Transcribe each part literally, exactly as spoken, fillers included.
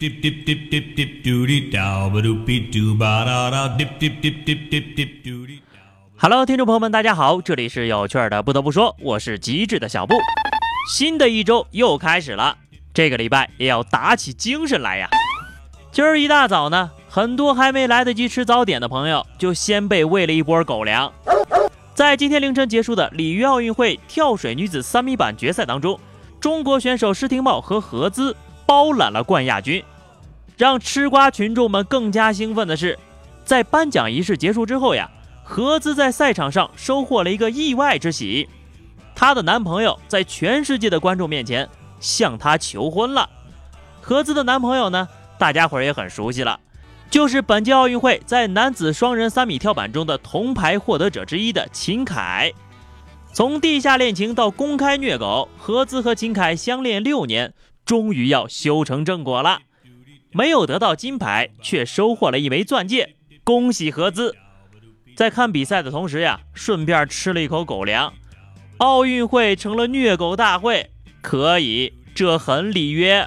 Hello， 听众朋友们，大家好，这里是有趣的。不得不说，我是机智的小布。新的一周又开始了，这个礼拜也要打起精神来呀。今儿一大早呢，很多还没来得及吃早点的朋友，就先被喂了一波狗粮。在今天凌晨结束的里约奥运会跳水女子三米板决赛当中，中国选手施廷懋和何姿包揽了冠亚军。让吃瓜群众们更加兴奋的是，在颁奖仪式结束之后呀，何姿在赛场上收获了一个意外之喜，她的男朋友在全世界的观众面前向她求婚了。何姿的男朋友呢，大家伙儿也很熟悉了，就是本届奥运会在男子双人三米跳板中的铜牌获得者之一的秦凯。从地下恋情到公开虐狗，何姿和秦凯相恋六年，终于要修成正果了。没有得到金牌，却收获了一枚钻戒，恭喜何姿！在看比赛的同时呀，顺便吃了一口狗粮。奥运会成了虐狗大会，可以，这很里约。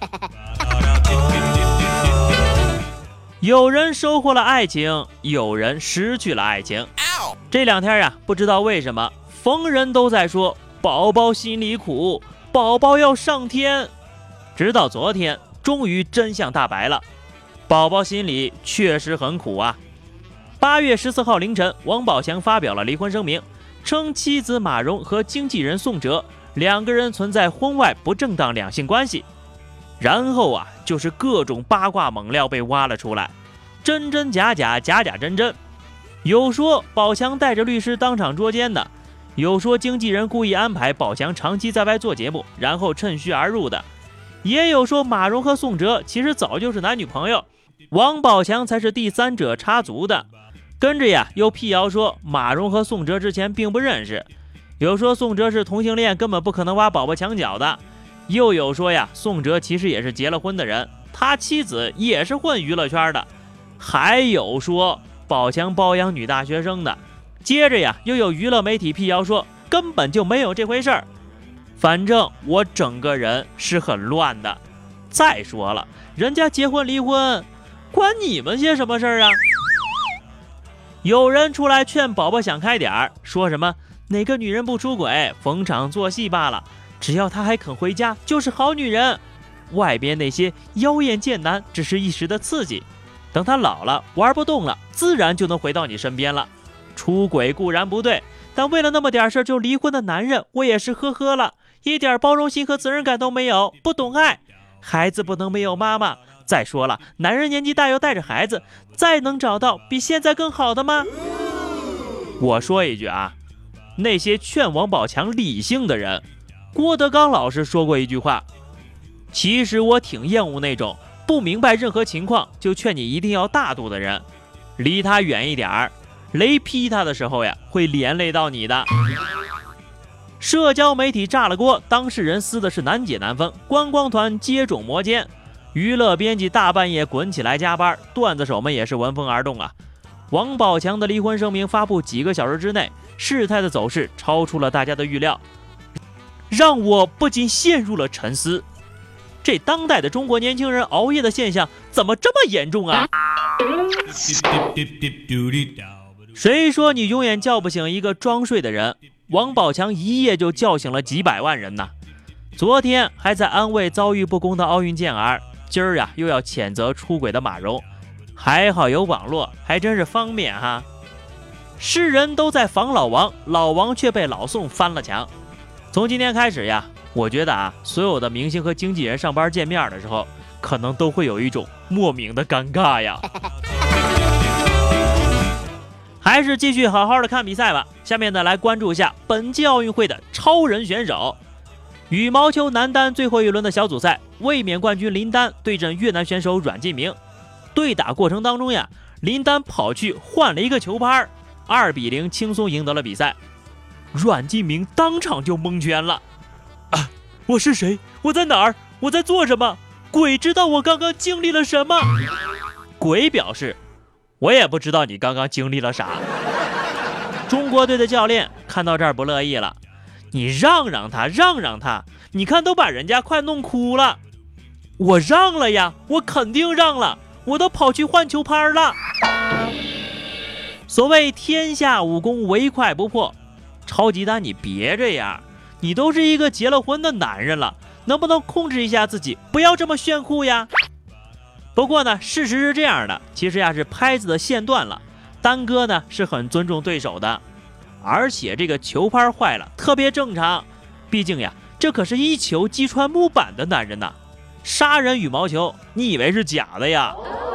有人收获了爱情，有人失去了爱情。这两天呀，不知道为什么，逢人都在说宝宝心里苦，宝宝要上天。直到昨天，终于真相大白了，宝宝心里确实很苦啊。八月十四号凌晨，王宝强发表了离婚声明，称妻子马蓉和经纪人宋哲两个人存在婚外不正当两性关系。然后啊，就是各种八卦猛料被挖了出来，真真假假，假假真真。有说宝强带着律师当场捉奸的，有说经纪人故意安排宝强长期在外做节目，然后趁虚而入的，也有说马蓉和宋哲其实早就是男女朋友，王宝强才是第三者插足的。跟着呀，又辟谣说马蓉和宋哲之前并不认识，有说宋哲是同性恋，根本不可能挖宝宝墙角的，又有说呀，宋哲其实也是结了婚的人，他妻子也是混娱乐圈的，还有说宝强包养女大学生的。接着呀，又有娱乐媒体辟谣说根本就没有这回事儿。反正我整个人是很乱的。再说了，人家结婚离婚关你们些什么事儿啊？有人出来劝宝宝想开点儿，说什么哪个女人不出轨，逢场作戏罢了，只要她还肯回家就是好女人，外边那些妖艳贱男只是一时的刺激，等她老了玩不动了，自然就能回到你身边了。出轨固然不对，但为了那么点事就离婚的男人，我也是呵呵了，一点包容心和责任感都没有，不懂爱。孩子不能没有妈妈，再说了，男人年纪大又带着孩子，再能找到比现在更好的吗？我说一句啊，那些劝王宝强理性的人，郭德纲老师说过一句话，其实我挺厌恶那种不明白任何情况就劝你一定要大度的人，离他远一点儿，雷劈他的时候呀，会连累到你的。社交媒体炸了锅，当事人撕的是难解难分，观光团接踵摩肩，娱乐编辑大半夜滚起来加班，段子手们也是闻风而动啊。王宝强的离婚声明发布几个小时之内，事态的走势超出了大家的预料，让我不禁陷入了沉思。这当代的中国年轻人熬夜的现象怎么这么严重啊？谁说你永远叫不醒一个装睡的人？王宝强一夜就叫醒了几百万人呢。昨天还在安慰遭遇不公的奥运健儿，今儿呀又要谴责出轨的马蓉，还好有网络，还真是方便哈。世人都在防老王，老王却被老宋翻了墙。从今天开始呀，我觉得啊，所有的明星和经纪人上班见面的时候，可能都会有一种莫名的尴尬呀。还是继续好好的看比赛吧。下面呢，来关注一下本届奥运会的超人选手。羽毛球男单最后一轮的小组赛，卫冕冠军林丹对阵越南选手阮晋明。对打过程当中呀，林丹跑去换了一个球拍，二比零轻松赢得了比赛。阮晋明当场就蒙圈了，啊，我是谁？我在哪儿？我在做什么？鬼知道我刚刚经历了什么？鬼表示，我也不知道你刚刚经历了啥。中国队的教练看到这儿不乐意了，你让让他，让让他，你看都把人家快弄哭了。 我让了呀，我肯定让了，我都跑去换球拍了。所谓天下武功唯快不破，超级丹你别这样，你都是一个结了婚的男人了，能不能控制一下自己，不要这么炫酷呀？不过呢，事实是这样的，其实呀是拍子的线断了，丹哥呢是很尊重对手的，而且这个球拍坏了特别正常，毕竟呀这可是一球击穿木板的男人呐，杀人羽毛球你以为是假的呀？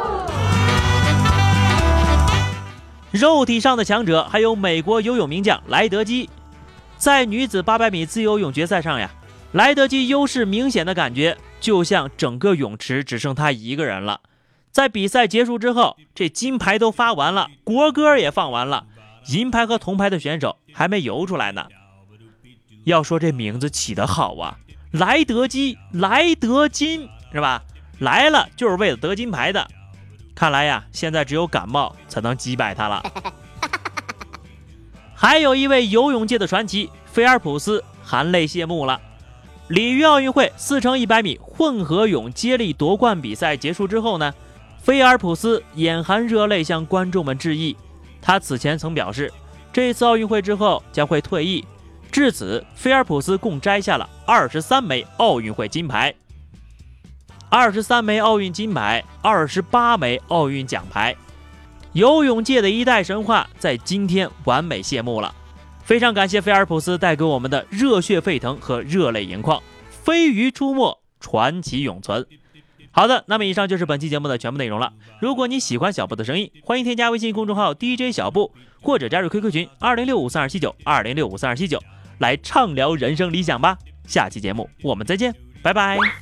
肉体上的强者还有美国游泳名将莱德基，在女子八百米自由泳决赛上呀，莱德基优势明显的感觉就像整个泳池只剩他一个人了。在比赛结束之后，这金牌都发完了，国歌也放完了，银牌和铜牌的选手还没游出来呢。要说这名字起得好啊，莱德基，莱德金是吧？来了就是为了得金牌的。看来呀，现在只有感冒才能击败他了。还有一位游泳界的传奇菲尔普斯含泪谢幕了。里约奥运会四乘一百米混合泳接力夺冠比赛结束之后呢，菲尔普斯眼含热泪向观众们致意。他此前曾表示，这次奥运会之后将会退役。至此，菲尔普斯共摘下了二十三枚奥运会金牌。二十三枚奥运金牌，二十八枚奥运奖牌，游泳界的一代神话在今天完美谢幕了。非常感谢菲尔普斯带给我们的热血沸腾和热泪盈眶，飞鱼出没，传奇永存。好的，那么以上就是本期节目的全部内容了。如果你喜欢小布的声音，欢迎添加微信公众号 D J 小布，或者加入 Q Q 群二零六五三二七九二零六五三二七九来畅聊人生理想吧。下期节目我们再见，拜拜。